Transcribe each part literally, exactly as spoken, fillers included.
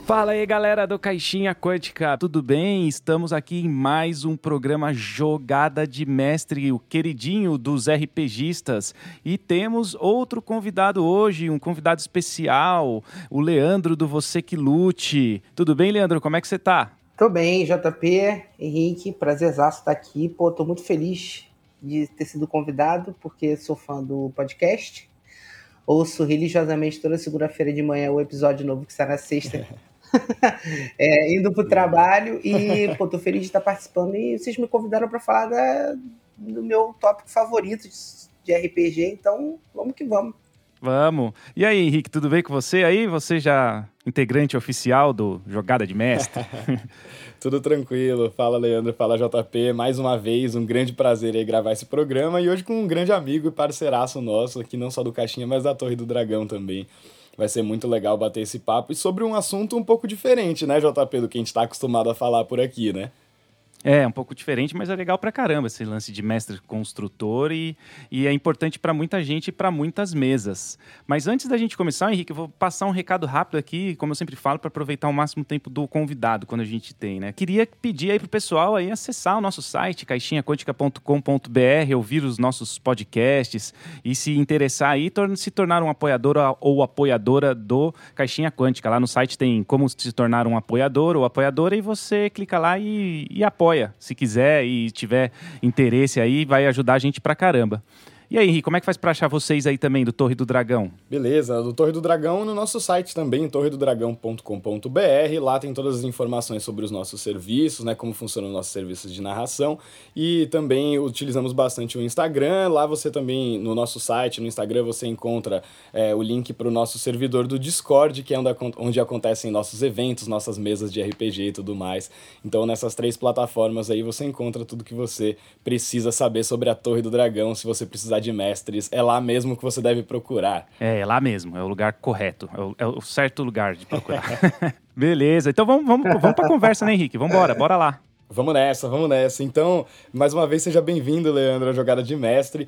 Fala aí, galera do Caixinha Quântica, tudo bem? Estamos aqui em mais um programa Jogada de Mestre, o queridinho dos RPGistas. E temos outro convidado hoje, um convidado especial, o Leandro do Você Que Lute. Tudo bem, Leandro? Como é que você tá? Tô bem, J P, Henrique, prazerzaço estar aqui. Pô, tô muito feliz de ter sido convidado, porque sou fã do podcast. Ouço religiosamente toda segunda-feira de manhã o episódio novo que sai na sexta. É, indo pro Legal. trabalho e, pô, tô feliz de estar participando. E vocês me convidaram para falar da, do meu tópico favorito de, de R P G, então vamos que vamos. Vamos. E aí, Henrique, tudo bem com você aí? Você já integrante oficial do Jogada de Mestre? Tudo tranquilo. Fala, Leandro. Fala, J P. Mais uma vez, um grande prazer aí gravar esse programa. E hoje com um grande amigo e parceiraço nosso, aqui não só do Caixinha, mas da Torre do Dragão também. Vai ser muito legal bater esse papo e sobre um assunto um pouco diferente, né, J P, do que a gente está acostumado a falar por aqui, né? É, um pouco diferente, mas é legal pra caramba esse lance de mestre construtor e, e é importante pra muita gente e pra muitas mesas. Mas antes da gente começar, Henrique, eu vou passar um recado rápido aqui, como eu sempre falo, para aproveitar o máximo tempo do convidado quando a gente tem, né? Queria pedir aí pro pessoal aí acessar o nosso site, caixinha quântica ponto com ponto b r, ouvir os nossos podcasts e se interessar aí, tor- se tornar um apoiador ou apoiadora do Caixinha Quântica. Lá no site tem como se tornar um apoiador ou apoiadora e você clica lá e, e apoia. Se quiser e tiver interesse aí, vai ajudar a gente pra caramba. E aí, Henrique, como é que faz pra achar vocês aí também do Torre do Dragão? Beleza, do Torre do Dragão no nosso site também, torre do dragão ponto com ponto b r. Lá tem todas as informações sobre os nossos serviços, né, como funcionam os nossos serviços de narração. E também utilizamos bastante o Instagram. Lá você também, no nosso site, no Instagram, você encontra é, o link para o nosso servidor do Discord, que é onde, onde acontecem nossos eventos, nossas mesas de R P G e tudo mais. Então, nessas três plataformas aí, você encontra tudo que você precisa saber sobre a Torre do Dragão. Se você precisar de mestres, é lá mesmo que você deve procurar. É, é lá mesmo, é o lugar correto, é o, é o certo lugar de procurar. Beleza, então vamos, vamos, vamos pra conversa, né, Henrique? Vamos embora, bora lá. Vamos nessa, vamos nessa. Então, mais uma vez, seja bem-vindo, Leandro, à Jogada de Mestre.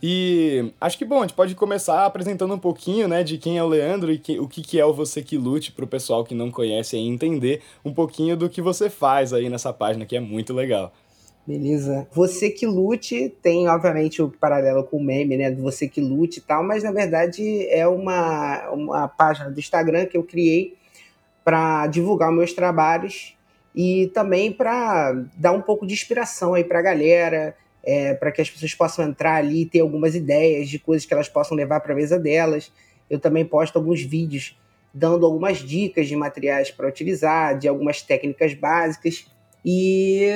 E acho que, bom, a gente pode começar apresentando um pouquinho, né, de quem é o Leandro e que, o que, que é o Você Que Lute, para o pessoal que não conhece aí entender um pouquinho do que você faz aí nessa página, que é muito legal. Beleza. Você Que Lute tem, obviamente, o paralelo com o meme, né? Do Você Que Lute e tal, mas na verdade é uma, uma página do Instagram que eu criei para divulgar meus trabalhos e também para dar um pouco de inspiração aí para a galera, é, para que as pessoas possam entrar ali e ter algumas ideias de coisas que elas possam levar para a mesa delas. Eu também posto alguns vídeos dando algumas dicas de materiais para utilizar, de algumas técnicas básicas e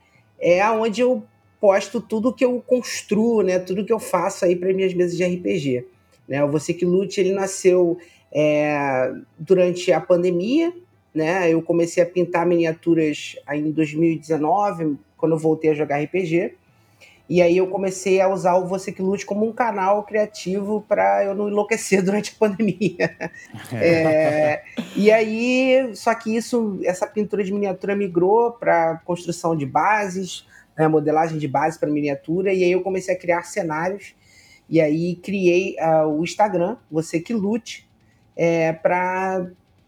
é onde eu posto tudo que eu construo, né? Tudo que eu faço aí para minhas mesas de R P G. Né? O Você Que Lute, ele nasceu é, durante a pandemia, né? Eu comecei a pintar miniaturas aí em dois mil e dezenove, quando eu voltei a jogar R P G. E aí eu comecei a usar o Você Que Lute como um canal criativo para eu não enlouquecer durante a pandemia. É, e aí, só que isso, essa pintura de miniatura migrou para construção de bases, né, modelagem de base para miniatura, e aí eu comecei a criar cenários, e aí criei uh, o Instagram, Você Que Lute, é, para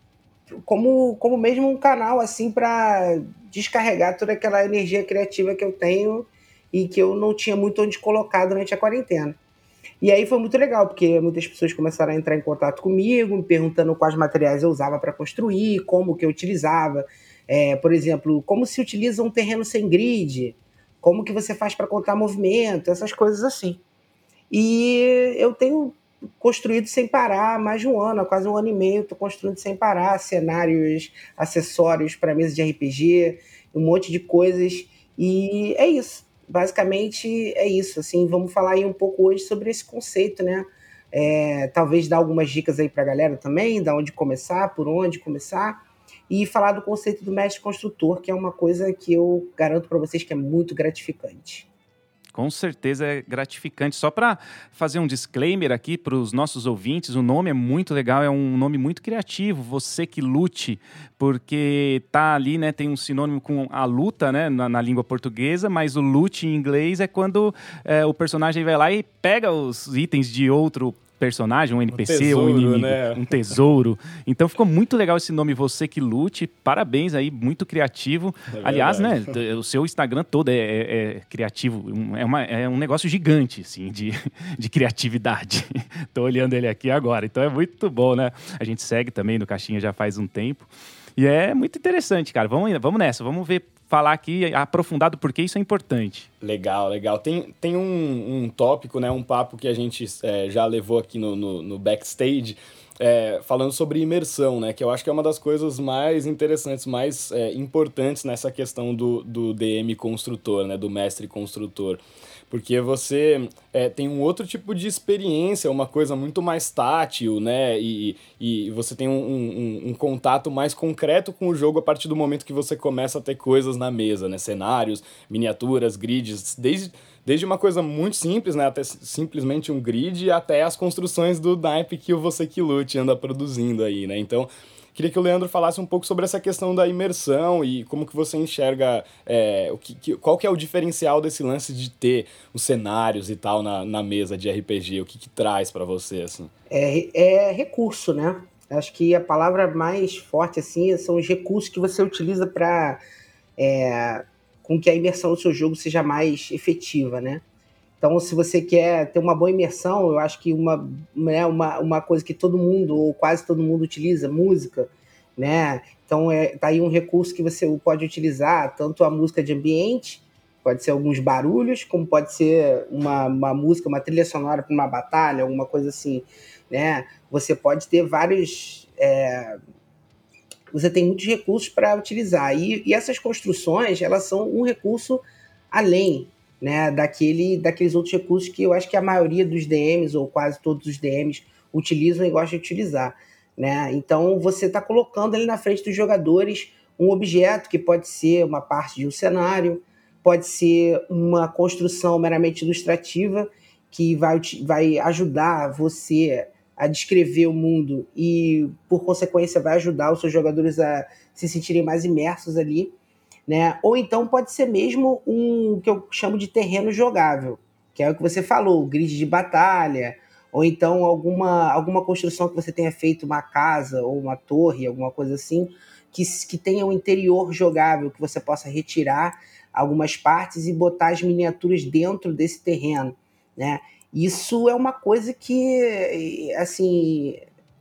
como, como mesmo um canal assim para descarregar toda aquela energia criativa que eu tenho e que eu não tinha muito onde colocar durante a quarentena. E aí foi muito legal, porque muitas pessoas começaram a entrar em contato comigo, me perguntando quais materiais eu usava para construir, como que eu utilizava. É, por exemplo, como se utiliza um terreno sem grid, como que você faz para contar movimento, essas coisas assim. E eu tenho construído sem parar há mais de um ano, há quase um ano e meio, estou construindo sem parar cenários, acessórios para mesa de R P G, um monte de coisas, e é isso. Basicamente é isso, assim, vamos falar aí um pouco hoje sobre esse conceito, né? É, talvez dar algumas dicas aí para a galera também, da onde começar, por onde começar, e falar do conceito do mestre construtor, que é uma coisa que eu garanto para vocês que é muito gratificante. Com certeza é gratificante. Só para fazer um disclaimer aqui para os nossos ouvintes, o nome é muito legal, é um nome muito criativo, Você Que Lute, porque tá ali, né, tem um sinônimo com a luta, né, na, na língua portuguesa, mas o lute em inglês é quando é, o personagem vai lá e pega os itens de outro personagem, um N P C, um, tesouro, um inimigo, né? um tesouro. Então ficou muito legal esse nome, Você Que Lute. Parabéns aí, muito criativo. É Aliás, né, verdade. o seu Instagram todo é, é- é criativo. Um- É, uma- é um negócio gigante, assim, de, de criatividade. Tô olhando ele aqui agora. Então é muito bom, né? A gente segue também no Caixinha já faz um tempo. E é muito interessante, cara. Vamos, vamos nessa, vamos ver, falar aqui aprofundado porque isso é importante. Legal, legal. Tem, tem um, um tópico, né, um papo que a gente é, já levou aqui no, no, no backstage, é, falando sobre imersão, né, que eu acho que é uma das coisas mais interessantes, mais é, importantes nessa questão do, do D M construtor, né, do mestre construtor. Porque você é, tem um outro tipo de experiência, uma coisa muito mais tátil, né? E, e você tem um, um, um contato mais concreto com o jogo a partir do momento que você começa a ter coisas na mesa, né? Cenários, miniaturas, grids, desde, desde uma coisa muito simples, né? Até simplesmente um grid, até as construções do naipe que o Você Que Lute anda produzindo aí, né? Então, queria que o Leandro falasse um pouco sobre essa questão da imersão e como que você enxerga, é, o que, que, qual que é o diferencial desse lance de ter os cenários e tal na, na mesa de R P G, o que que traz pra você, assim? É, é recurso, né? Acho que a palavra mais forte assim são os recursos que você utiliza para é, com que a imersão do seu jogo seja mais efetiva, né? Então, se você quer ter uma boa imersão, eu acho que uma, né, uma, uma coisa que todo mundo, ou quase todo mundo utiliza, música, né? Então, é, tá aí um recurso que você pode utilizar, tanto a música de ambiente, pode ser alguns barulhos, como pode ser uma, uma música, uma trilha sonora para uma batalha, alguma coisa assim, né? Você pode ter vários... É, você tem muitos recursos para utilizar. E, e essas construções, elas são um recurso além, né, daquele, daqueles outros recursos que eu acho que a maioria dos D Ms, ou quase todos os D Ms, utilizam e gostam de utilizar. Né? Então, você está colocando ali na frente dos jogadores um objeto que pode ser uma parte de um cenário, pode ser uma construção meramente ilustrativa que vai, vai ajudar você a descrever o mundo e, por consequência, vai ajudar os seus jogadores a se sentirem mais imersos ali, né? Ou então pode ser mesmo um que eu chamo de terreno jogável, que é o que você falou, o grid de batalha, ou então alguma, alguma construção que você tenha feito, uma casa ou uma torre, alguma coisa assim, que, que tenha um interior jogável, que você possa retirar algumas partes e botar as miniaturas dentro desse terreno, né? Isso é uma coisa que, assim,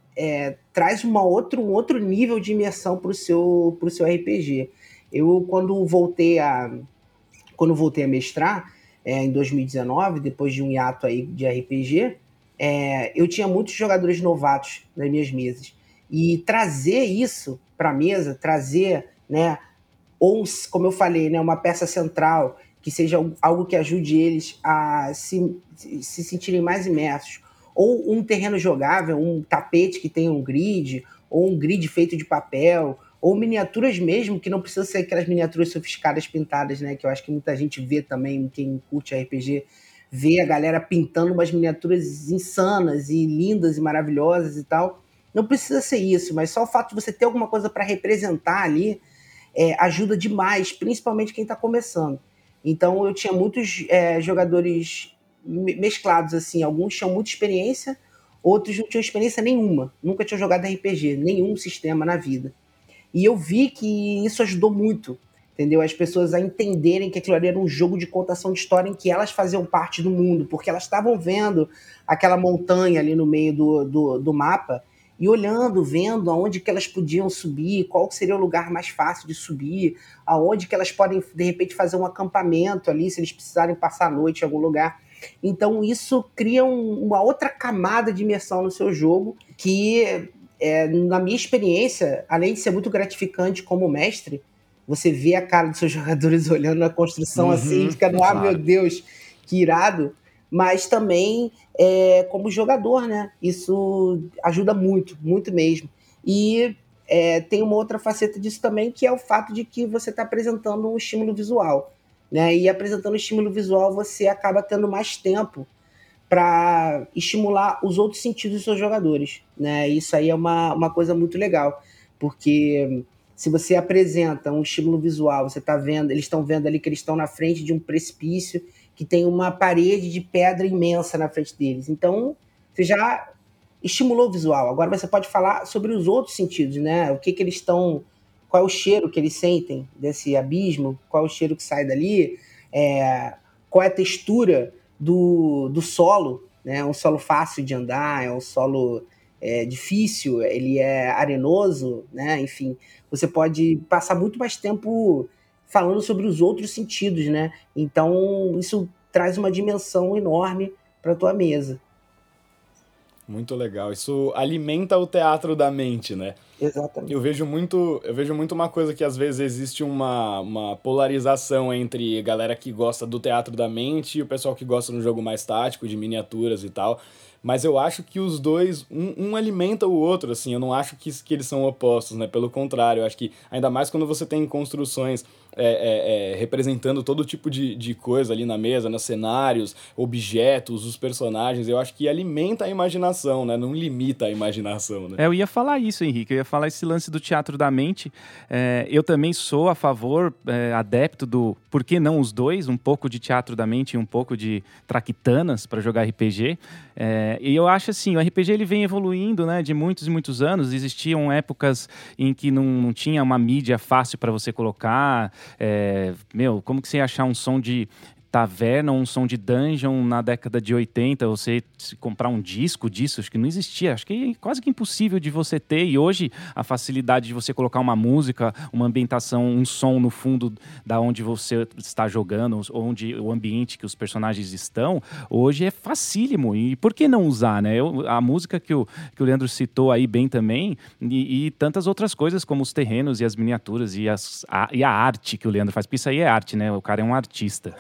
é, traz uma outro, um outro nível de imersão para o seu, pro seu R P G. Eu, quando voltei a, quando voltei a mestrar, é, em dois mil e dezenove, depois de um hiato aí de R P G, é, eu tinha muitos jogadores novatos nas minhas mesas. E trazer isso para a mesa, trazer, né, ou, como eu falei, né, uma peça central, que seja algo que ajude eles a se, se sentirem mais imersos, ou um terreno jogável, um tapete que tenha um grid, ou um grid feito de papel, ou miniaturas mesmo, que não precisa ser aquelas miniaturas sofisticadas pintadas, né, que eu acho que muita gente vê também, quem curte R P G, vê a galera pintando umas miniaturas insanas e lindas e maravilhosas e tal. Não precisa ser isso, mas só o fato de você ter alguma coisa para representar ali, É, ajuda demais, principalmente quem está começando. Então, eu tinha muitos é, jogadores mesclados, assim. Alguns tinham muita experiência, outros não tinham experiência nenhuma. Nunca tinham jogado R P G, nenhum sistema na vida. E eu vi que isso ajudou muito, entendeu? As pessoas a entenderem que aquilo ali era um jogo de contação de história em que elas faziam parte do mundo, porque elas estavam vendo aquela montanha ali no meio do, do, do mapa, e olhando, vendo aonde que elas podiam subir, qual seria o lugar mais fácil de subir, aonde que elas podem, de repente, fazer um acampamento ali, se eles precisarem passar a noite em algum lugar. Então isso cria um, uma outra camada de imersão no seu jogo, que, é, na minha experiência, além de ser muito gratificante como mestre, você vê a cara dos seus jogadores olhando a construção, uhum, assim, fica, ah, claro, meu Deus, que irado. Mas também é, como jogador, né? Isso ajuda muito, muito mesmo. E é, tem uma outra faceta disso também, que é o fato de que você está apresentando um estímulo visual, né? E apresentando estímulo visual, você acaba tendo mais tempo para estimular os outros sentidos dos seus jogadores, né? Isso aí é uma, uma coisa muito legal, porque se você apresenta um estímulo visual, você está vendo, eles estão vendo ali que eles estão na frente de um precipício que tem uma parede de pedra imensa na frente deles. Então, você já estimulou o visual. Agora você pode falar sobre os outros sentidos, né? O que que eles estão... Qual é o cheiro que eles sentem desse abismo? Qual é o cheiro que sai dali? É, qual é a textura do, do solo? Né? É um solo fácil de andar? É um solo é, difícil? Ele é arenoso? Né? Enfim, você pode passar muito mais tempo falando sobre os outros sentidos, né? Então, isso traz uma dimensão enorme para a tua mesa. Muito legal. Isso alimenta o teatro da mente, né? Exatamente. Eu vejo muito, eu vejo muito uma coisa que às vezes existe uma, uma polarização entre a galera que gosta do teatro da mente e o pessoal que gosta de um jogo mais tático, de miniaturas e tal. Mas eu acho que os dois, um, um alimenta o outro, assim, eu não acho que, que eles são opostos, né? Pelo contrário, eu acho que ainda mais quando você tem construções é, é, é, representando todo tipo de, de coisa ali na mesa, nos cenários, objetos, os personagens, eu acho que alimenta a imaginação, né? Não limita a imaginação, né? É, eu ia falar isso, Henrique, eu ia falar esse lance do teatro da mente. É, eu também sou a favor, é, adepto do por que não os dois, um pouco de teatro da mente e um pouco de traquitanas para jogar R P G. É, e eu acho assim, o R P G ele vem evoluindo, né, de muitos e muitos anos. Existiam épocas em que não, não tinha uma mídia fácil para você colocar. É, meu, como que você ia achar um som de taverna, um som de dungeon na década de oitenta, você comprar um disco disso, acho que não existia, acho que é quase que impossível de você ter, e hoje a facilidade de você colocar uma música, uma ambientação, um som no fundo da onde você está jogando, onde o ambiente que os personagens estão, hoje é facílimo, e por que não usar, né? Eu, a música que o, que o Leandro citou aí bem também, e, e tantas outras coisas como os terrenos e as miniaturas e, as, a, e a arte que o Leandro faz, porque isso aí é arte, né? O cara é um artista.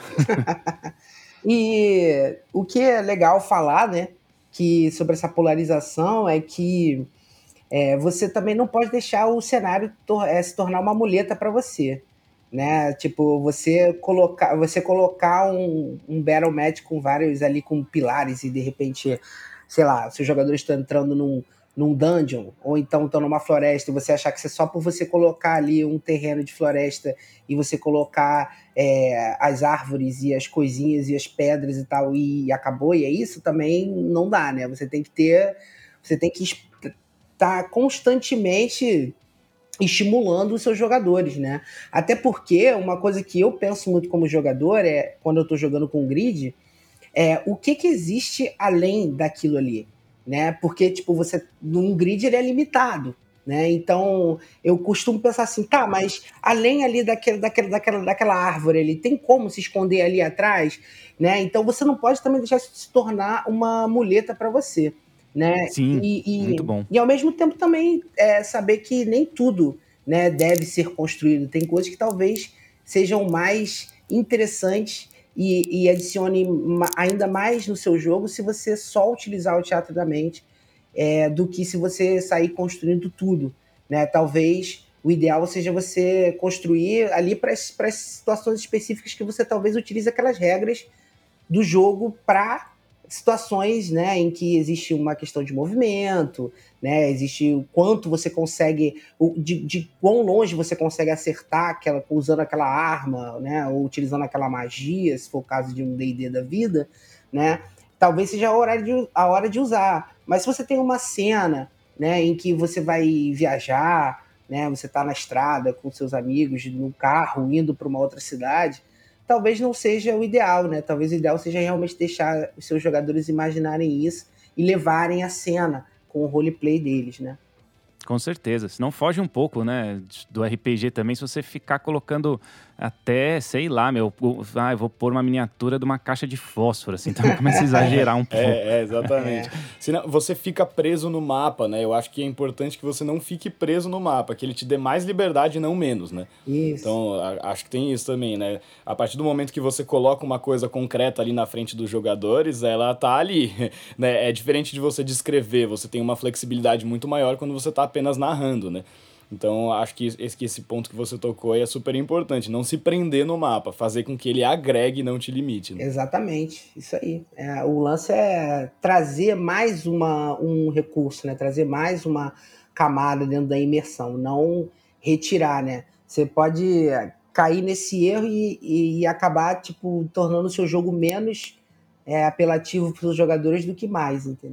E o que é legal falar, né, que sobre essa polarização é que é, você também não pode deixar o cenário tor- é, se tornar uma muleta para você, né? Tipo, você colocar, você colocar um, um Battle Match com vários ali com pilares e de repente, sei lá, seus jogadores estão entrando num, num dungeon ou então estão numa floresta e você achar que é só por você colocar ali um terreno de floresta e você colocar é, as árvores e as coisinhas e as pedras e tal e acabou, e é isso também não dá, né? Você tem que ter, você tem que estar constantemente estimulando os seus jogadores, né? Até porque uma coisa que eu penso muito como jogador é, quando eu tô jogando com grid, é o que que existe além daquilo ali, né? Porque, tipo, você, num grid ele é limitado, né? Então, eu costumo pensar assim, tá, mas além ali daquele, daquele, daquela, daquela árvore ali, tem como se esconder ali atrás, né? Então, você não pode também deixar isso se tornar uma muleta para você, né? Sim, E, muito e, bom. e, ao mesmo tempo também é, saber que nem tudo, né, deve ser construído. Tem coisas que talvez sejam mais interessantes e, e adicione ma- ainda mais no seu jogo se você só utilizar o teatro da mente é, do que se você sair construindo tudo, né? Talvez o ideal seja você construir ali para as situações específicas que você talvez utilize aquelas regras do jogo para situações, né, em que existe uma questão de movimento, né, existe o quanto você consegue, o, de, de quão longe você consegue acertar aquela, usando aquela arma, né, ou utilizando aquela magia, se for o caso de um D e D da vida, né, talvez seja a hora de, a hora de usar. Mas se você tem uma cena, né, em que você vai viajar, né, você está na estrada com seus amigos, no carro, indo para uma outra cidade, talvez não seja o ideal, né? Talvez o ideal seja realmente deixar os seus jogadores imaginarem isso e levarem a cena com o roleplay deles, né? Com certeza. Senão foge um pouco, né, do R P G também, se você ficar colocando até, sei lá, meu, ah, eu vou pôr uma miniatura de uma caixa de fósforo, assim, então começa a exagerar um pouco. É, é, exatamente. Senão você fica preso no mapa, né? Eu acho que é importante que você não fique preso no mapa, que ele te dê mais liberdade e não menos, né? Isso. Então, a- acho que tem isso também, né? A partir do momento que você coloca uma coisa concreta ali na frente dos jogadores, ela tá ali, né? É diferente de você descrever, você tem uma flexibilidade muito maior quando você tá apenas narrando, né? Então, acho que esse, que esse ponto que você tocou aí é super importante. Não se prender no mapa, fazer com que ele agregue e não te limite, né? Exatamente, isso aí. É, o lance é trazer mais uma, um recurso, né? Trazer mais uma camada dentro da imersão, não retirar, né? Você pode cair nesse erro e, e, e acabar, tipo, tornando o seu jogo menos é, apelativo para os jogadores do que mais, entendeu?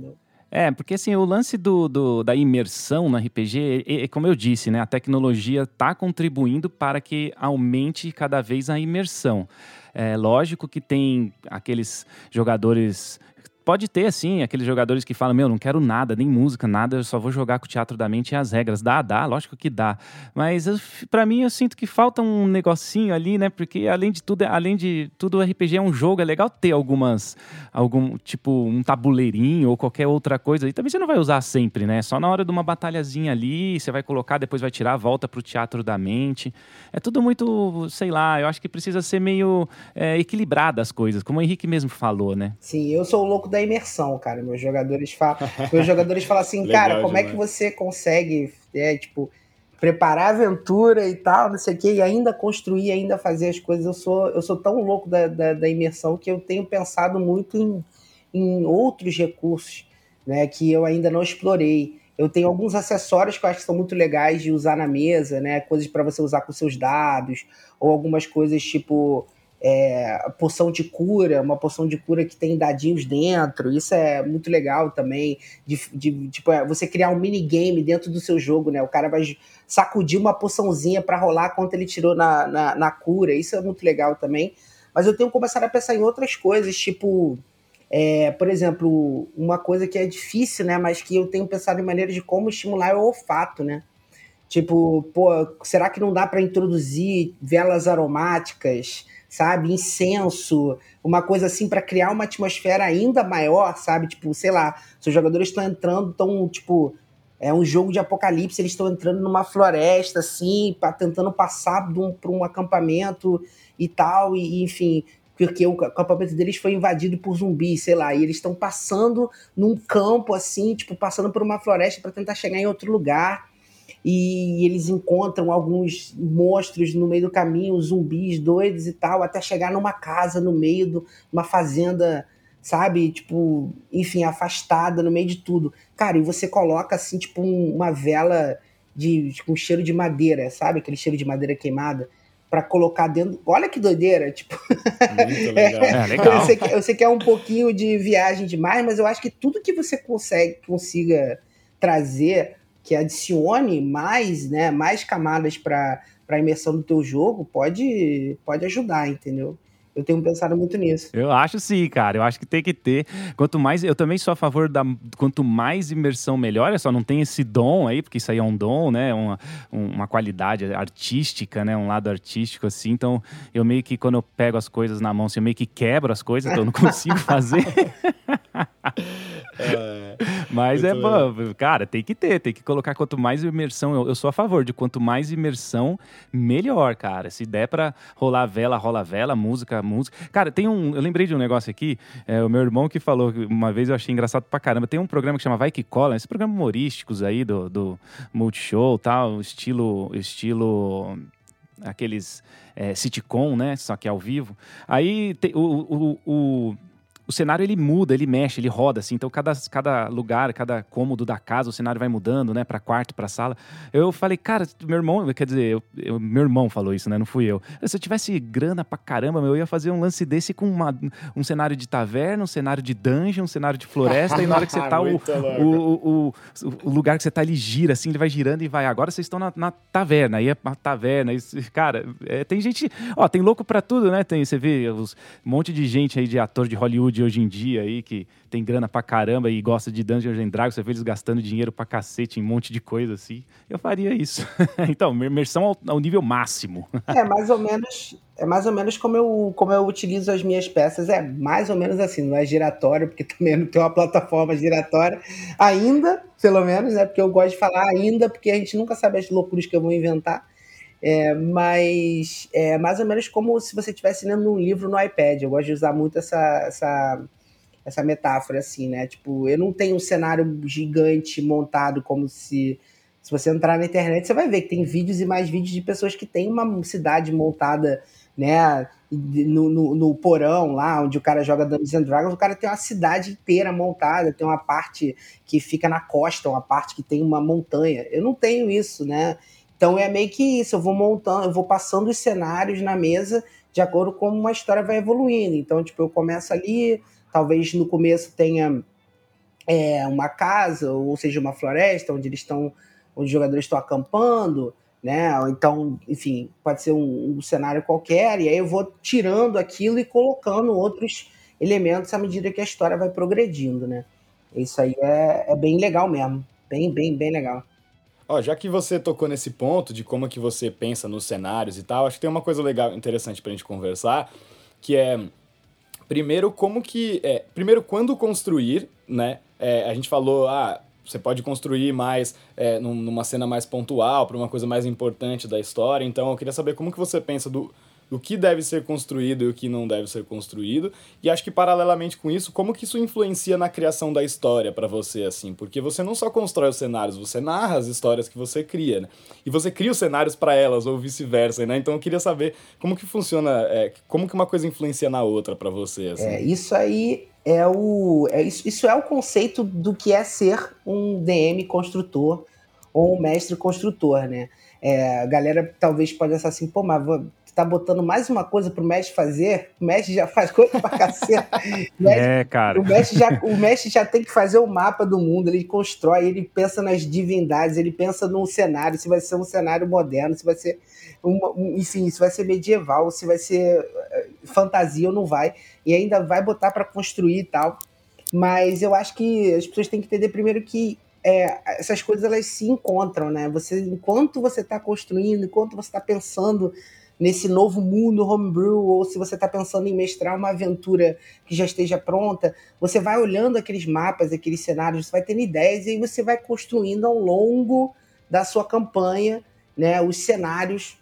É, porque assim, o lance do, do- da imersão no R P G, é, é como eu disse, né? A tecnologia está contribuindo para que aumente cada vez a imersão. É lógico que tem aqueles jogadores. Pode ter, assim, aqueles jogadores que falam, meu, não quero nada, nem música, nada, eu só vou jogar com o teatro da mente e as regras. Dá, dá, lógico que dá. Mas eu, pra mim, eu sinto que falta um negocinho ali, né? Porque além de tudo, além de tudo, o R P G é um jogo, é legal ter algumas, algum, tipo, um tabuleirinho ou qualquer outra coisa. E também você não vai usar sempre, né? Só na hora de uma batalhazinha ali, você vai colocar, depois vai tirar, volta pro teatro da mente. É tudo muito, sei lá, eu acho que precisa ser meio é, equilibrado as coisas, como o Henrique mesmo falou, né? Sim, eu sou o louco da imersão, cara. Meus jogadores falam, meus jogadores falam assim, cara, Legal como é que demais. você consegue, é, tipo, preparar a aventura e tal, não sei o quê, e ainda construir, ainda fazer as coisas. Eu sou, eu sou tão louco da, da, da imersão que eu tenho pensado muito em, em outros recursos, né, que eu ainda não explorei. Eu tenho alguns acessórios que eu acho que são muito legais de usar na mesa, né, coisas para você usar com seus dados, ou algumas coisas tipo é, poção de cura, uma poção de cura que tem dadinhos dentro, isso é muito legal também, de, de tipo, é, você criar um minigame dentro do seu jogo, né? O cara vai sacudir uma poçãozinha para rolar quanto ele tirou na, na, na cura, isso é muito legal também. Mas eu tenho começado a pensar em outras coisas, tipo, é, por exemplo, uma coisa que é difícil, né? Mas que eu tenho pensado em maneiras de como estimular é o olfato, né? Tipo, pô, será que não dá para introduzir velas aromáticas, sabe? Incenso, uma coisa assim para criar uma atmosfera ainda maior, sabe? Tipo, sei lá, seus jogadores estão entrando, estão, tipo, é um jogo de apocalipse, eles estão entrando numa floresta, assim, pra, tentando passar de um, por um acampamento e tal, e enfim, porque o acampamento deles foi invadido por zumbis, sei lá, e eles estão passando num campo, assim, tipo, passando por uma floresta para tentar chegar em outro lugar e eles encontram alguns monstros no meio do caminho, zumbis doidos e tal, até chegar numa casa no meio de uma fazenda, sabe? Tipo, enfim, afastada no meio de tudo. Cara, e você coloca assim, tipo, um, uma vela de, com cheiro de madeira, sabe? Aquele cheiro de madeira queimada, para colocar dentro. Olha que doideira, tipo. Muito É, legal. É, eu, legal. sei que, eu sei que é um pouquinho de viagem demais, mas eu acho que tudo que você consegue, consiga trazer que adicione mais, né, mais camadas para a imersão do teu jogo, pode, pode ajudar, entendeu? Eu tenho pensado muito nisso. Eu acho sim, cara. Eu acho que tem que ter. Quanto mais. Eu também sou a favor da. Quanto mais imersão, melhor. É só não tem esse dom aí, porque isso aí é um dom, né? Uma, uma qualidade artística, né? Um lado artístico, assim. Então, eu meio que, quando eu pego as coisas na mão, assim, eu meio que quebro as coisas, então eu não consigo fazer. É, Mas é muito legal. bom, cara, tem que ter, tem que colocar quanto mais imersão. Eu, eu sou a favor de quanto mais imersão, melhor, cara. Se der pra rolar vela, rola vela, música, música. Cara, tem um. Eu lembrei de um negócio aqui, é, o meu irmão que falou, uma vez eu achei engraçado pra caramba. Tem um programa que chama Vai Que Cola, esses programas humorísticos aí do, do Multishow e tal, estilo. estilo aqueles é, sitcom, né? Só que ao vivo. Aí te, o, o, o o cenário ele muda, ele mexe, ele roda, assim. Então, cada, cada lugar, cada cômodo da casa, o cenário vai mudando, né? Pra quarto, pra sala. Eu falei, cara, meu irmão, quer dizer, eu, eu, meu irmão falou isso, né? Não fui eu. Se eu tivesse grana pra caramba, meu, eu ia fazer um lance desse com uma, um cenário de taverna, um cenário de dungeon, um cenário de floresta. E na hora que você tá, o, o, o, o, o lugar que você tá, ele gira, assim, ele vai girando e vai. Agora vocês estão na, na taverna. Aí é a taverna. Isso, cara, é, tem gente. Ó, tem louco pra tudo, né? Tem, você vê os, um monte de gente aí de ator de Hollywood hoje em dia aí, que tem grana pra caramba e gosta de Dungeons and Dragons, você vê eles gastando dinheiro pra cacete em um monte de coisa assim. Eu faria isso. Então, imersão ao, ao nível máximo. É mais ou menos, é mais ou menos como eu, como eu utilizo as minhas peças, é mais ou menos assim, não é giratório, porque também não tem uma plataforma giratória ainda, pelo menos, né? Porque eu gosto de falar ainda, porque a gente nunca sabe as loucuras que eu vou inventar. É, mas é mais ou menos como se você estivesse lendo um livro no iPad. Eu gosto de usar muito essa, essa, essa metáfora, assim, né? Tipo, eu não tenho um cenário gigante montado como se... Se você entrar na internet, você vai ver que tem vídeos e mais vídeos de pessoas que têm uma cidade montada, né? No, no, no porão lá, onde o cara joga Dungeons and Dragons, o cara tem uma cidade inteira montada, tem uma parte que fica na costa, uma parte que tem uma montanha. Eu não tenho isso, né? Então é meio que isso, eu vou montando, eu vou passando os cenários na mesa de acordo com como uma história vai evoluindo. Então, tipo, eu começo ali, talvez no começo tenha é, uma casa, ou seja, uma floresta, onde eles estão, onde os jogadores estão acampando, né? Ou então, enfim, pode ser um, um cenário qualquer, e aí eu vou tirando aquilo e colocando outros elementos à medida que a história vai progredindo, né? Isso aí é, é bem legal mesmo. Bem, bem, bem legal. Ó, já que você tocou nesse ponto de como que você pensa nos cenários e tal, acho que tem uma coisa legal, interessante pra gente conversar, que é, primeiro, como que... É, primeiro, quando construir, né? É, a gente falou, ah, você pode construir mais é, num- numa cena mais pontual, para uma coisa mais importante da história. Então, eu queria saber como que você pensa do, do que deve ser construído e o que não deve ser construído. E acho que, paralelamente com isso, como que isso influencia na criação da história para você, assim? Porque você não só constrói os cenários, você narra as histórias que você cria, né? E você cria os cenários para elas, ou vice-versa, né? Então, eu queria saber como que funciona, é, como que uma coisa influencia na outra para você, É, assim. isso aí é o. É, isso, isso é o conceito do que é ser um D M construtor ou um mestre construtor, né? É, a galera talvez pode pensar assim, pô, mas vou- tu tá botando mais uma coisa pro mestre fazer? O mestre já faz coisa pra caceta. O mestre, É, cara. o mestre já, o mestre já tem que fazer o mapa do mundo, ele constrói, ele pensa nas divindades, ele pensa num cenário, se vai ser um cenário moderno, se vai ser uma, um- enfim, se vai ser medieval, se vai ser eh, fantasia ou não vai, e ainda vai botar para construir e tal. Mas eu acho que as pessoas têm que entender primeiro que é, essas coisas elas se encontram, né? Você, enquanto você está construindo, enquanto você está pensando nesse novo mundo homebrew, ou se você está pensando em mestrar uma aventura que já esteja pronta, você vai olhando aqueles mapas, aqueles cenários, você vai tendo ideias e aí você vai construindo ao longo da sua campanha, né, os cenários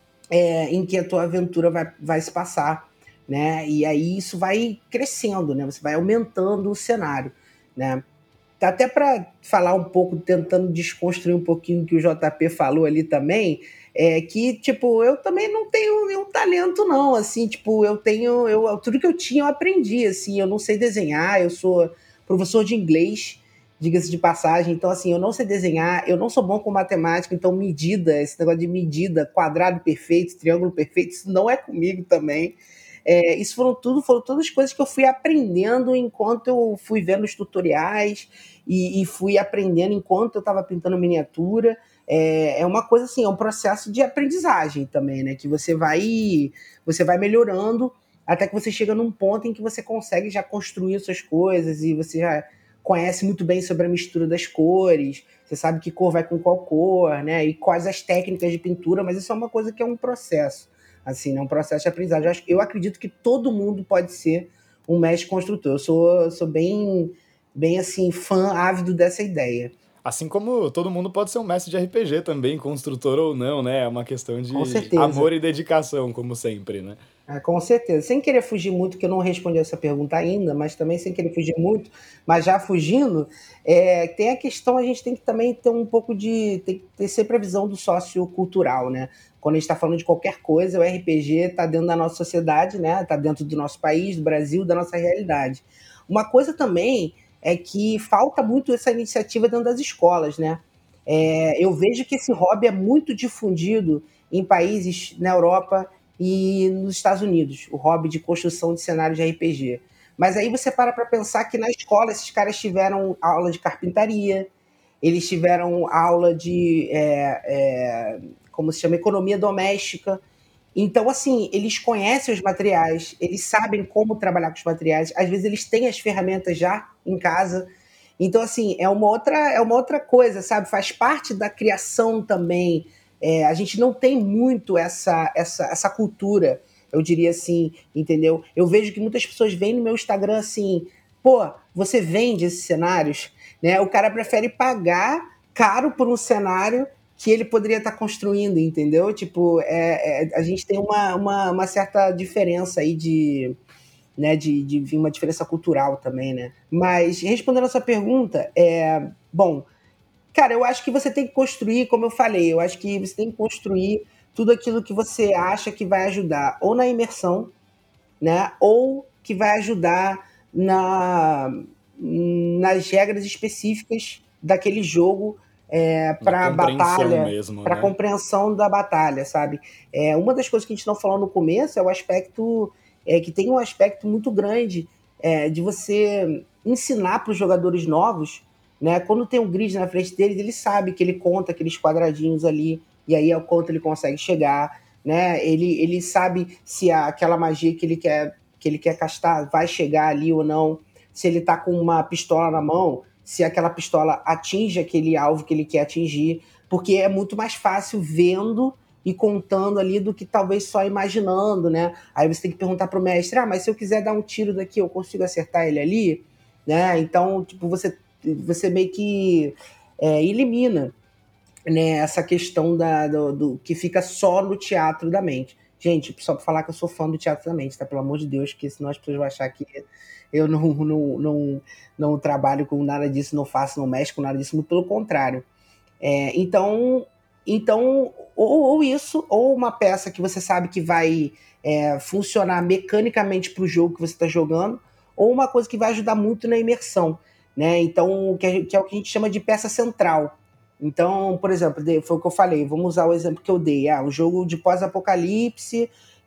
é, em que a tua aventura vai, vai se passar, né? E aí isso vai crescendo, né? Você vai aumentando o cenário, né? Até para falar um pouco, tentando desconstruir um pouquinho o que o J P falou ali também, é que, tipo, eu também não tenho nenhum talento, não, assim, tipo, eu tenho, eu, tudo que eu tinha eu aprendi, assim, eu não sei desenhar, eu sou professor de inglês, diga-se de passagem, então, assim, eu não sei desenhar, eu não sou bom com matemática, então medida, esse negócio de medida, quadrado perfeito, triângulo perfeito, isso não é comigo também. É, isso foram tudo, foram todas coisas que eu fui aprendendo enquanto eu fui vendo os tutoriais, e, e fui aprendendo enquanto eu estava pintando miniatura. É, é uma coisa assim, é um processo de aprendizagem também, né? Que você vai, você vai melhorando até que você chega num ponto em que você consegue já construir suas coisas e você já conhece muito bem sobre a mistura das cores, você sabe que cor vai com qual cor, né? E quais as técnicas de pintura, mas isso é uma coisa que é um processo, assim, né? Um processo de aprendizagem. Eu, acho, eu acredito que todo mundo pode ser um mestre construtor. Eu sou, sou bem bem assim, fã ávido dessa ideia. Assim como todo mundo pode ser um mestre de R P G também, construtor ou não, né? É uma questão Com de certeza. amor e dedicação, como sempre, né? É, com certeza. Sem querer fugir muito, que eu não respondi essa pergunta ainda, mas também sem querer fugir muito, mas já fugindo, é, tem a questão, a gente tem que também ter um pouco de. Tem que ter sempre a visão do sociocultural, né? Quando a gente está falando de qualquer coisa, o R P G está dentro da nossa sociedade, né? Está dentro do nosso país, do Brasil, da nossa realidade. Uma coisa também é que falta muito essa iniciativa dentro das escolas, né? É, eu vejo que esse hobby é muito difundido em países na Europa e nos Estados Unidos, o hobby de construção de cenários de R P G. Mas aí você para para pensar que na escola esses caras tiveram aula de carpintaria, eles tiveram aula de, é, é, como se chama, economia doméstica. Então, assim, eles conhecem os materiais, eles sabem como trabalhar com os materiais, às vezes eles têm as ferramentas já em casa. Então, assim, é uma outra, é uma outra coisa, sabe? Faz parte da criação também. É, a gente não tem muito essa, essa, essa cultura, eu diria assim, entendeu? Eu vejo que muitas pessoas vêm no meu Instagram assim, pô, você vende esses cenários, né? O cara prefere pagar caro por um cenário que ele poderia estar construindo, entendeu? Tipo, é, é, a gente tem uma, uma, uma certa diferença aí de, né, de, de uma diferença cultural também, né? Mas respondendo a sua pergunta, é bom, cara, eu acho que você tem que construir, como eu falei, eu acho que você tem que construir tudo aquilo que você acha que vai ajudar ou na imersão, né? Ou que vai ajudar na, nas regras específicas daquele jogo é, Na para compreensão batalha, mesmo, para né? compreensão da batalha, sabe? É, uma das coisas que a gente não falou no começo é o aspecto é, que tem um aspecto muito grande é, de você ensinar para os jogadores novos, né? Quando tem um grid na frente deles, ele sabe que ele conta aqueles quadradinhos ali, e aí é o quanto ele consegue chegar, né? Ele, ele sabe se a, aquela magia que ele quer que ele quer castar vai chegar ali ou não, se ele tá com uma pistola na mão, se aquela pistola atinge aquele alvo que ele quer atingir, porque é muito mais fácil vendo e contando ali do que talvez só imaginando, né? Aí você tem que perguntar pro mestre, ah, mas se eu quiser dar um tiro daqui, eu consigo acertar ele ali? Né? Então, tipo, você, você meio que é, elimina, né, essa questão da, do, do que fica só no teatro da mente. Gente, só pra falar que eu sou fã do teatro da mente, tá? Pelo amor de Deus, porque senão as pessoas vão achar que eu não, não, não, não trabalho com nada disso, não faço, não mexo com nada disso, muito pelo contrário. É, então, então ou, ou isso, ou uma peça que você sabe que vai é, funcionar mecanicamente para o jogo que você está jogando, ou uma coisa que vai ajudar muito na imersão, né? Então, que é, que é o que a gente chama de peça central. Então, por exemplo, foi o que eu falei, vamos usar o exemplo que eu dei, ah, um jogo de pós-apocalipse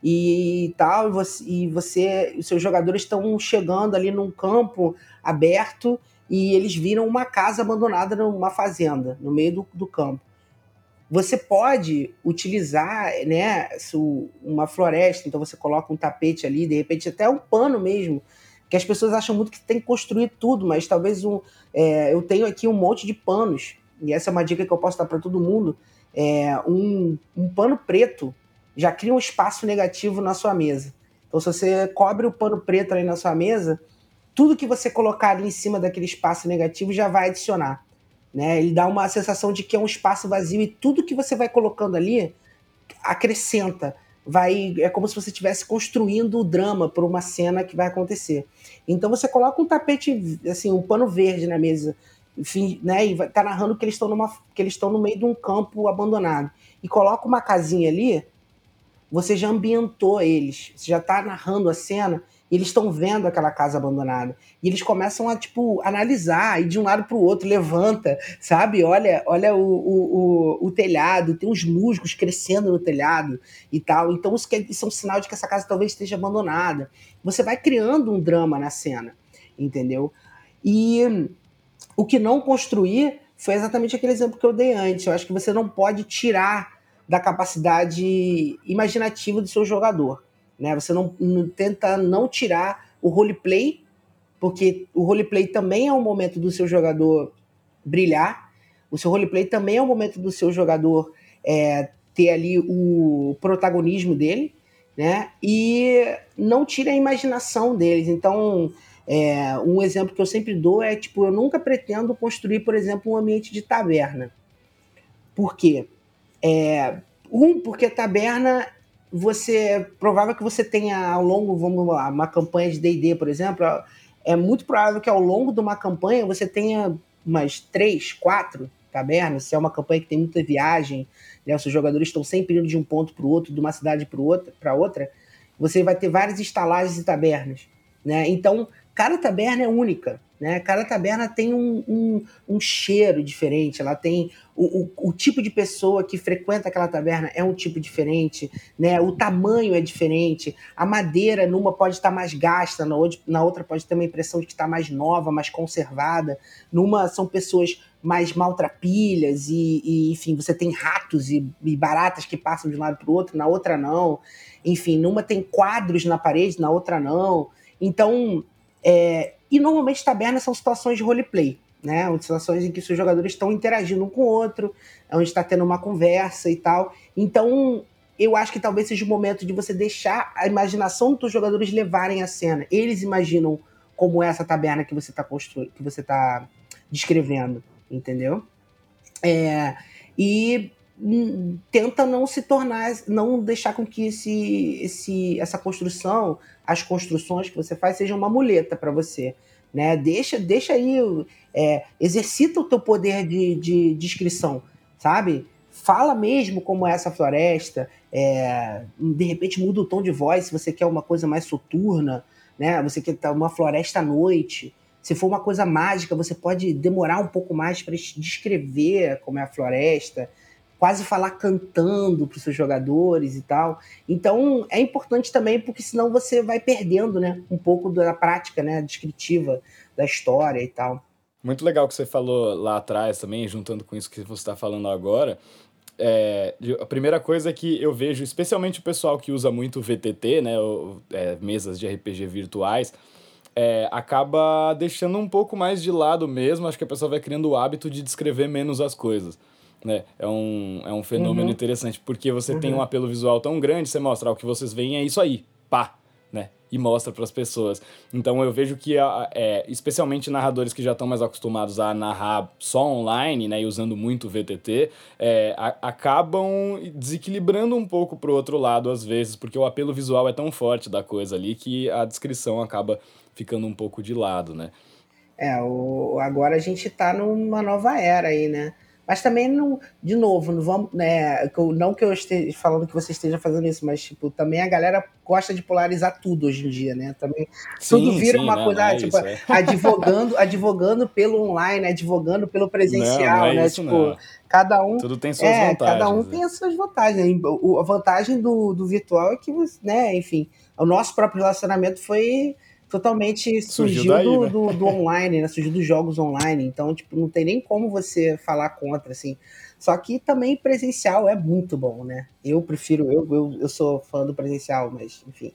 e tal, e você, e você os seus jogadores estão chegando ali num campo aberto e eles viram uma casa abandonada numa fazenda, no meio do, do campo. Você pode utilizar, né, uma floresta, então você coloca um tapete ali, de repente até um pano mesmo, que as pessoas acham muito que tem que construir tudo, mas talvez um, é, eu tenho aqui um monte de panos, e essa é uma dica que eu posso dar para todo mundo, é, um, um pano preto já cria um espaço negativo na sua mesa. Então se você cobre o pano preto ali na sua mesa, tudo que você colocar ali em cima daquele espaço negativo já vai adicionar, né? Ele dá uma sensação de que é um espaço vazio e tudo que você vai colocando ali acrescenta. Vai, é como se você estivesse construindo o drama por uma cena que vai acontecer. Então você coloca um tapete, assim, um pano verde na mesa, enfim, né? E tá narrando que eles estão numa, que eles estão no meio de um campo abandonado. E coloca uma casinha ali, você já ambientou eles, você já tá narrando a cena, e eles estão vendo aquela casa abandonada. E eles começam a, tipo, analisar, ir de um lado para o outro, levanta, sabe? Olha, olha o, o, o, o telhado, tem uns musgos crescendo no telhado e tal. Então isso, quer, isso é um sinal de que essa casa talvez esteja abandonada. Você vai criando um drama na cena, entendeu? E o que não construir foi exatamente aquele exemplo que eu dei antes. Eu acho que você não pode tirar da capacidade imaginativa do seu jogador. Né? Você não, não tenta não tirar o roleplay, porque o roleplay também é um momento do seu jogador brilhar, o seu roleplay também é um momento do seu jogador é, ter ali o protagonismo dele, né? E não tira a imaginação deles. Então, é, um exemplo que eu sempre dou é, tipo, eu nunca pretendo construir, por exemplo, um ambiente de taberna. Por quê? É, um, porque taberna você é provável que você tenha ao longo, vamos lá, uma campanha de D e D, por exemplo, é muito provável que ao longo de uma campanha você tenha umas três, quatro tabernas, se é uma campanha que tem muita viagem, né, os seus jogadores estão sempre indo de um ponto para o outro, de uma cidade para outra, para outra, você vai ter várias estalagens e tabernas, né? Então, cada taberna é única, né? Cada taberna tem um, um, um cheiro diferente, ela tem o, o, o tipo de pessoa que frequenta aquela taberna é um tipo diferente, né? O tamanho é diferente, a madeira numa pode estar mais gasta, na outra, na outra pode ter uma impressão de que está mais nova, mais conservada, numa são pessoas mais maltrapilhas e, e enfim, você tem ratos e, e baratas que passam de um lado para o outro, na outra não, enfim, numa tem quadros na parede, na outra não, então... É, e normalmente tabernas são situações de roleplay, né? Situações em que os seus jogadores estão interagindo um com o outro, onde está tendo uma conversa e tal. Então, eu acho que talvez seja o momento de você deixar a imaginação dos jogadores levarem a cena. Eles imaginam como é essa taberna que você está construindo, que você está descrevendo, entendeu? É, e tenta não se tornar, não deixar com que esse, esse, essa construção, as construções que você faz, sejam uma muleta para você, né? Deixa, deixa aí, é, exercita o teu poder de, de descrição, sabe? Fala mesmo como é essa floresta, é, de repente muda o tom de voz se você quer uma coisa mais soturna, né? Você quer uma floresta à noite. Se for uma coisa mágica, você pode demorar um pouco mais para descrever como é a floresta. quase falar cantando para os seus jogadores e tal. Então, é importante também, porque senão você vai perdendo, né, um pouco da prática, né, descritiva da história e tal. Muito legal que você falou lá atrás também, juntando com isso que você está falando agora. É, a primeira coisa é que eu vejo, especialmente o pessoal que usa muito V T T, né, ou, é, mesas de R P G virtuais, é, acaba deixando um pouco mais de lado mesmo. Acho que a pessoa vai criando o hábito de descrever menos as coisas. Né? É um, é um fenômeno Uhum. interessante, porque você Uhum. tem um apelo visual tão grande, você mostrar o que vocês veem é isso aí, pá, né? E mostra para as pessoas. Então eu vejo que, é, especialmente narradores que já estão mais acostumados a narrar só online, né, e usando muito V T T, é, a, acabam desequilibrando um pouco pro outro lado às vezes, porque o apelo visual é tão forte da coisa ali que a descrição acaba ficando um pouco de lado, né? É, o, agora a gente tá numa nova era aí, né? Mas também, não, de novo, não vamos, né? Não que eu esteja falando que você esteja fazendo isso, mas tipo, também a galera gosta de polarizar tudo hoje em dia, né? Também sim, tudo vira sim, uma não, coisa, não ah, é tipo, isso, é. advogando, advogando pelo online, advogando pelo Não, não presencial, é né? isso, Tipo, não. cada um, Tudo tem suas é, cada um vantagens. tem Né? as suas vantagens. A vantagem do, do virtual é que, né? Enfim, o nosso próprio relacionamento foi totalmente Surgiu surgiu daí, do, né? do, do online, né? Surgiu dos jogos online. Então, tipo, não tem nem como você falar contra, assim. Só que também presencial é muito bom, né? Eu prefiro, eu, eu, eu sou fã do presencial, mas, enfim,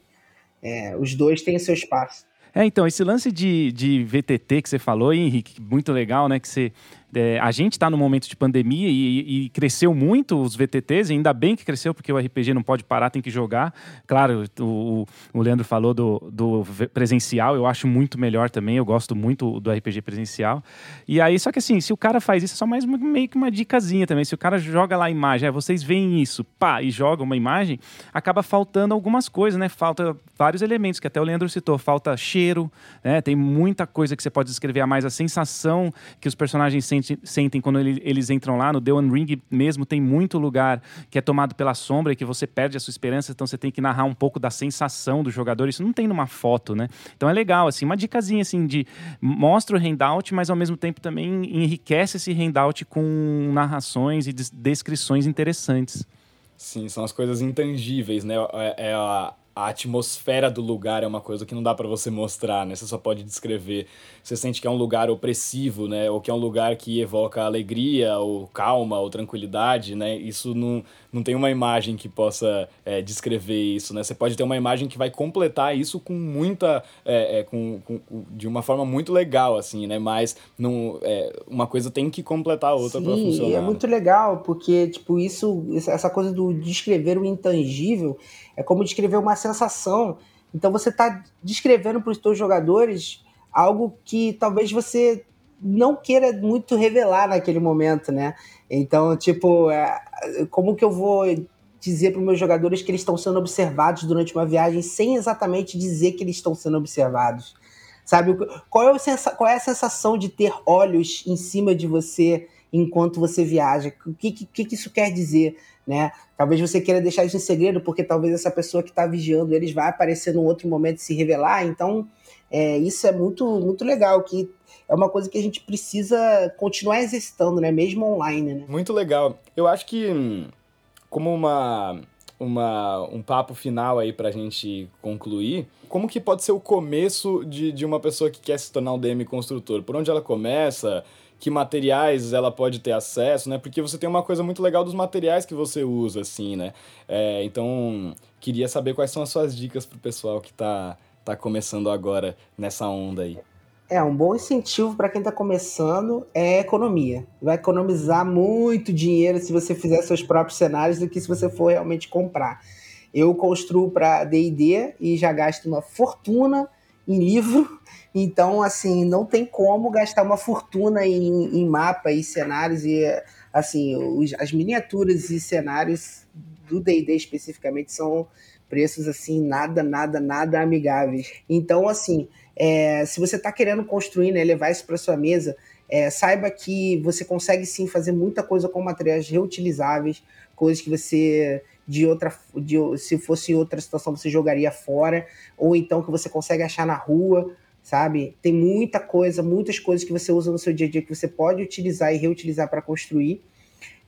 é, os dois têm o seu espaço. É, então, esse lance de, de V T T que você falou, hein, Henrique, muito legal, né? Que você, é, a gente está no momento de pandemia e, e cresceu muito os V T Ts, e ainda bem que cresceu, porque o R P G não pode parar, tem que jogar. Claro, o, o Leandro falou do, do presencial, eu acho muito melhor também, eu gosto muito do R P G presencial. E aí, só que assim, se o cara faz isso, é só mais uma, meio que uma dicasinha também. Se o cara joga lá a imagem, é, vocês veem isso, pá, e joga uma imagem, acaba faltando algumas coisas, né? Falta vários elementos, que até o Leandro citou, falta cheiro, né? Tem muita coisa que você pode descrever a mais, a sensação que os personagens sentem, sentem quando ele, eles entram lá. No The One Ring mesmo tem muito lugar que é tomado pela sombra e que você perde a sua esperança, então você tem que narrar um pouco da sensação do jogador. Isso não tem numa foto, né? Então é legal, assim, uma dicasinha assim de mostra o handout, mas ao mesmo tempo também enriquece esse handout com narrações e descrições interessantes. Sim, são as coisas intangíveis, né? É, é a, a atmosfera do lugar é uma coisa que não dá pra você mostrar, né? Você só pode descrever. Você sente que é um lugar opressivo, né? Ou que é um lugar que evoca alegria, ou calma, ou tranquilidade, né? Isso não, não tem uma imagem que possa é, descrever isso, né? Você pode ter uma imagem que vai completar isso com muita... É, é, com, com, de uma forma muito legal, assim, né? Mas não, é, uma coisa tem que completar a outra para funcionar. Sim, é muito né? legal, porque, tipo, isso, essa coisa do descrever o intangível é como descrever uma sensação. Então você está descrevendo para os seus jogadores algo que talvez você não queira muito revelar naquele momento, né? Então, tipo, é, como que eu vou dizer para os meus jogadores que eles estão sendo observados durante uma viagem sem exatamente dizer que eles estão sendo observados? Sabe? Qual é, o, qual é a sensação de ter olhos em cima de você enquanto você viaja? O que, que, que isso quer dizer? Né? Talvez você queira deixar isso em segredo, porque talvez essa pessoa que está vigiando eles vai aparecer num outro momento e se revelar. Então, é, isso é muito, muito legal, que é uma coisa que a gente precisa continuar exercitando, né? Mesmo online. Né? Muito legal. Eu acho que, como uma, uma, um papo final aí pra gente concluir, como que pode ser o começo de, de uma pessoa que quer se tornar um D M construtor? Por onde ela começa? Que materiais ela pode ter acesso, né? Porque você tem uma coisa muito legal dos materiais que você usa, assim, né? É, então, queria saber quais são as suas dicas pro pessoal que tá, tá começando agora nessa onda aí. É, um bom incentivo para quem está começando é economia. Vai economizar muito dinheiro se você fizer seus próprios cenários do que se você for realmente comprar. Eu construo para D e D e já gasto uma fortuna em livro, então, assim, não tem como gastar uma fortuna em, em mapa e cenários e, assim, os, as miniaturas e cenários do D e D especificamente são preços, assim, nada, nada, nada amigáveis. Então, assim, é, se você está querendo construir, né, levar isso para sua mesa, é, saiba que você consegue sim fazer muita coisa com materiais reutilizáveis, coisas que você de outra, de, se fosse em outra situação você jogaria fora, ou então que você consegue achar na rua, sabe? Tem muita coisa, muitas coisas que você usa no seu dia a dia que você pode utilizar e reutilizar para construir.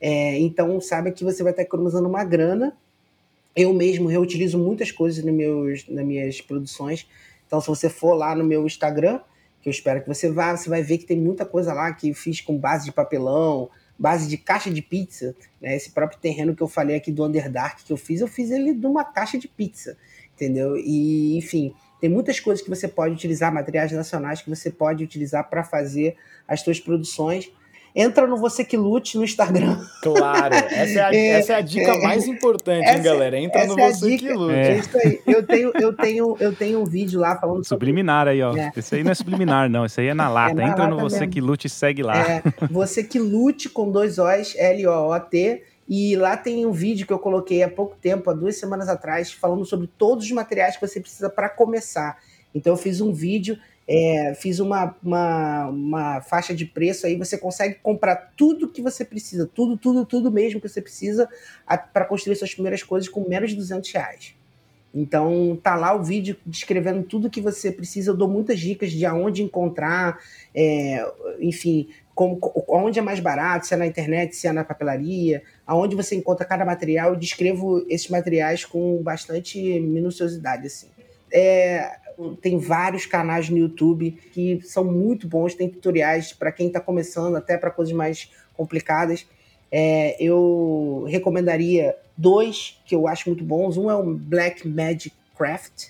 É, então, saiba que você vai estar economizando uma grana. Eu mesmo reutilizo muitas coisas nos meus, nas minhas produções. Então, se você for lá no meu Instagram, que eu espero que você vá, você vai ver que tem muita coisa lá que eu fiz com base de papelão, base de caixa de pizza, né? Esse próprio terreno que eu falei aqui do Underdark que eu fiz, eu fiz ele de uma caixa de pizza, entendeu? E, enfim, tem muitas coisas que você pode utilizar, materiais nacionais que você pode utilizar para fazer as suas produções. Entra no Você Que Lute no Instagram. Claro, essa é a, é, essa é a dica é, mais importante, essa, hein, galera? Entra no é Você Que Lute. É. é isso aí. Eu tenho, eu, tenho, eu tenho um vídeo lá falando subliminar sobre... aí, ó. É. Esse aí não é subliminar, não. Esse aí é na lata. É na Entra lata no Você mesmo. Que Lute e segue lá. É, Você Que Lute com dois O's, L O O T. E lá tem um vídeo que eu coloquei há pouco tempo, há duas semanas atrás, falando sobre todos os materiais que você precisa para começar. Então eu fiz um vídeo... É, fiz uma, uma, uma faixa de preço aí, você consegue comprar tudo que você precisa, tudo, tudo, tudo mesmo que você precisa para construir suas primeiras coisas com menos de duzentos reais. Então tá lá o vídeo descrevendo tudo que você precisa, eu dou muitas dicas de aonde encontrar, é, enfim, como, onde é mais barato, se é na internet, se é na papelaria, aonde você encontra cada material, eu descrevo esses materiais com bastante minuciosidade, assim. É... Tem vários canais no YouTube que são muito bons, tem tutoriais para quem está começando, até para coisas mais complicadas. É, eu recomendaria dois que eu acho muito bons. Um é o Black Magic Craft,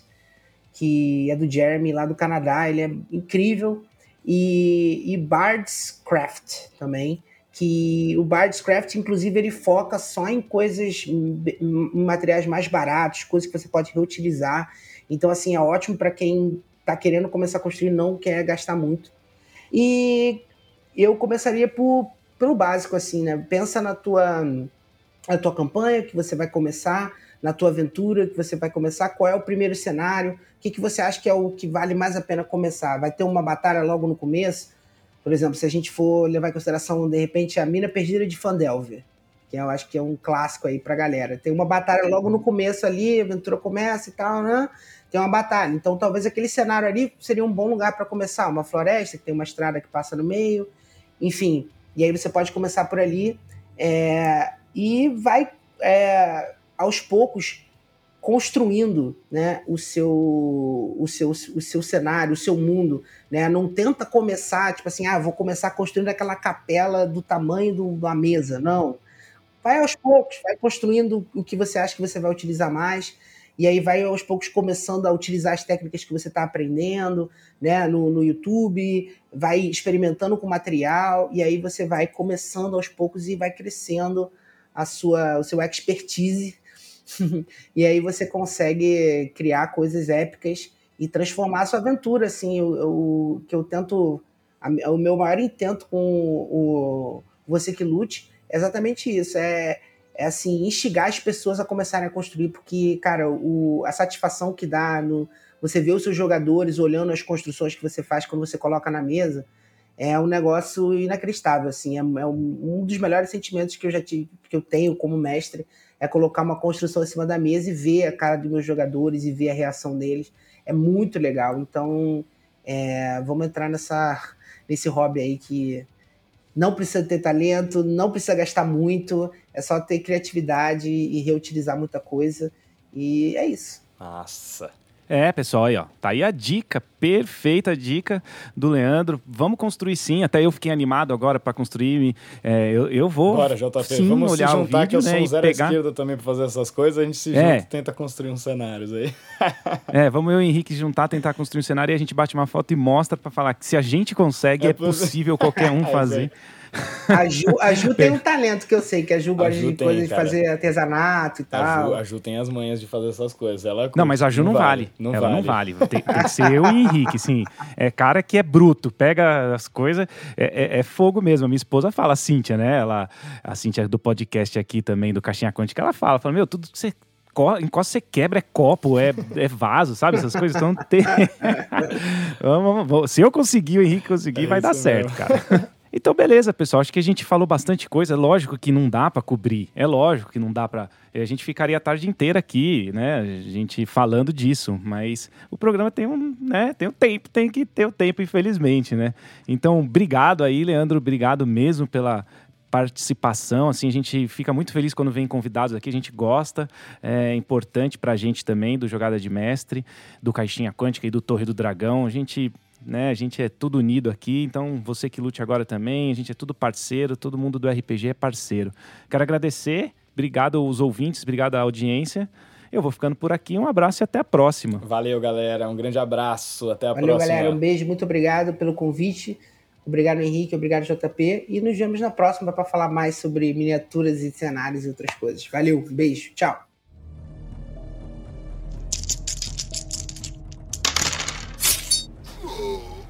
que é do Jeremy, lá do Canadá. Ele é incrível. E, e Bard's Craft também, que o Bard's Craft, inclusive, ele foca só em coisas, em materiais mais baratos, coisas que você pode reutilizar. Então, assim, é ótimo para quem está querendo começar a construir e não quer gastar muito. E eu começaria por, pelo básico, assim, né? Pensa na tua, na tua campanha que você vai começar, na tua aventura que você vai começar, qual é o primeiro cenário, o que, que você acha que é o que vale mais a pena começar? Vai ter uma batalha logo no começo? Por exemplo, se a gente for levar em consideração, de repente, a Mina Perdida de Phandelver, que eu acho que é um clássico aí pra galera. Tem uma batalha logo no começo ali, a aventura começa e tal, né? Tem uma batalha. Então, talvez aquele cenário ali seria um bom lugar para começar. Uma floresta, que tem uma estrada que passa no meio, enfim. E aí você pode começar por ali é, e vai, é, aos poucos, construindo, né, o, seu, o, seu, o seu cenário, o seu mundo. Né? Não tenta começar, tipo assim, ah, vou começar construindo aquela capela do tamanho do, da mesa. Não. Vai aos poucos, vai construindo o que você acha que você vai utilizar mais, e aí vai aos poucos começando a utilizar as técnicas que você está aprendendo, né, no, no YouTube, vai experimentando com material, e aí você vai começando aos poucos e vai crescendo a sua, o seu expertise, e aí você consegue criar coisas épicas e transformar a sua aventura, assim, o, o que eu tento, a, o meu maior intento com o Você Que Lute é exatamente isso, é, é assim, instigar as pessoas a começarem a construir, porque, cara, o, a satisfação que dá no você ver os seus jogadores olhando as construções que você faz quando você coloca na mesa, é um negócio inacreditável, assim, é, é um, um dos melhores sentimentos que eu já tive, que eu tenho como mestre, é colocar uma construção em cima da mesa e ver a cara dos meus jogadores e ver a reação deles, é muito legal. Então, é, vamos entrar nessa, nesse hobby aí que não precisa ter talento, não precisa gastar muito, é só ter criatividade e reutilizar muita coisa. E é isso. Nossa. É, pessoal, aí, ó, tá aí a dica, perfeita dica do Leandro. Vamos construir sim, até eu fiquei animado agora para construir. É, eu, eu vou Bora, J P, sim, vamos olhar se juntar, o vídeo, que eu né, sou um zero pegar... à esquerda também para fazer essas coisas, a gente se é. junta e tenta construir uns cenários aí. É, vamos eu e o Henrique juntar, tentar construir um cenário e a gente bate uma foto e mostra para falar que se a gente consegue, é, é possível qualquer um fazer. A Ju, a Ju tem um talento que eu sei, que a Ju gosta de tem, coisas de cara. fazer artesanato e tal. A Ju, a Ju tem as manhas de fazer essas coisas. Ela curte, não, mas a Ju não, não vale. vale. Não Ela vale. não vale. Tem, tem que ser eu e Henrique, sim. É cara que é bruto, pega as coisas, é, é, é fogo mesmo. A minha esposa fala, a Cíntia, né? Ela, a Cíntia do podcast aqui também, do Caixinha Quântica, ela fala, fala, meu, tudo que você... enquanto você quebra é copo, é, é vaso, sabe? Essas coisas então tem... Se eu conseguir, o Henrique conseguir, é vai dar certo, mesmo. Cara. Então, beleza, pessoal. Acho que a gente falou bastante coisa. É lógico que não dá para cobrir. É lógico que não dá para... A gente ficaria a tarde inteira aqui, né? A gente falando disso. Mas o programa tem um, né? Tem um tempo. Tem que ter o tempo, infelizmente, né? Então, obrigado aí, Leandro. Obrigado mesmo pela... participação, assim, a gente fica muito feliz quando vem convidados aqui, a gente gosta, é importante pra gente também, do Jogada de Mestre, do Caixinha Quântica e do Torre do Dragão, a gente... Né, a gente é tudo unido aqui, então você que lute agora também, a gente é tudo parceiro, todo mundo do R P G é parceiro. Quero agradecer, obrigado aos ouvintes, obrigado à audiência. Eu vou ficando por aqui, um abraço e até a próxima. Valeu, galera, um grande abraço, até a Valeu, próxima. Valeu, galera, um beijo, muito obrigado pelo convite, obrigado, Henrique, obrigado, J P, e nos vemos na próxima para falar mais sobre miniaturas e cenários e outras coisas. Valeu, um beijo, tchau. Oh.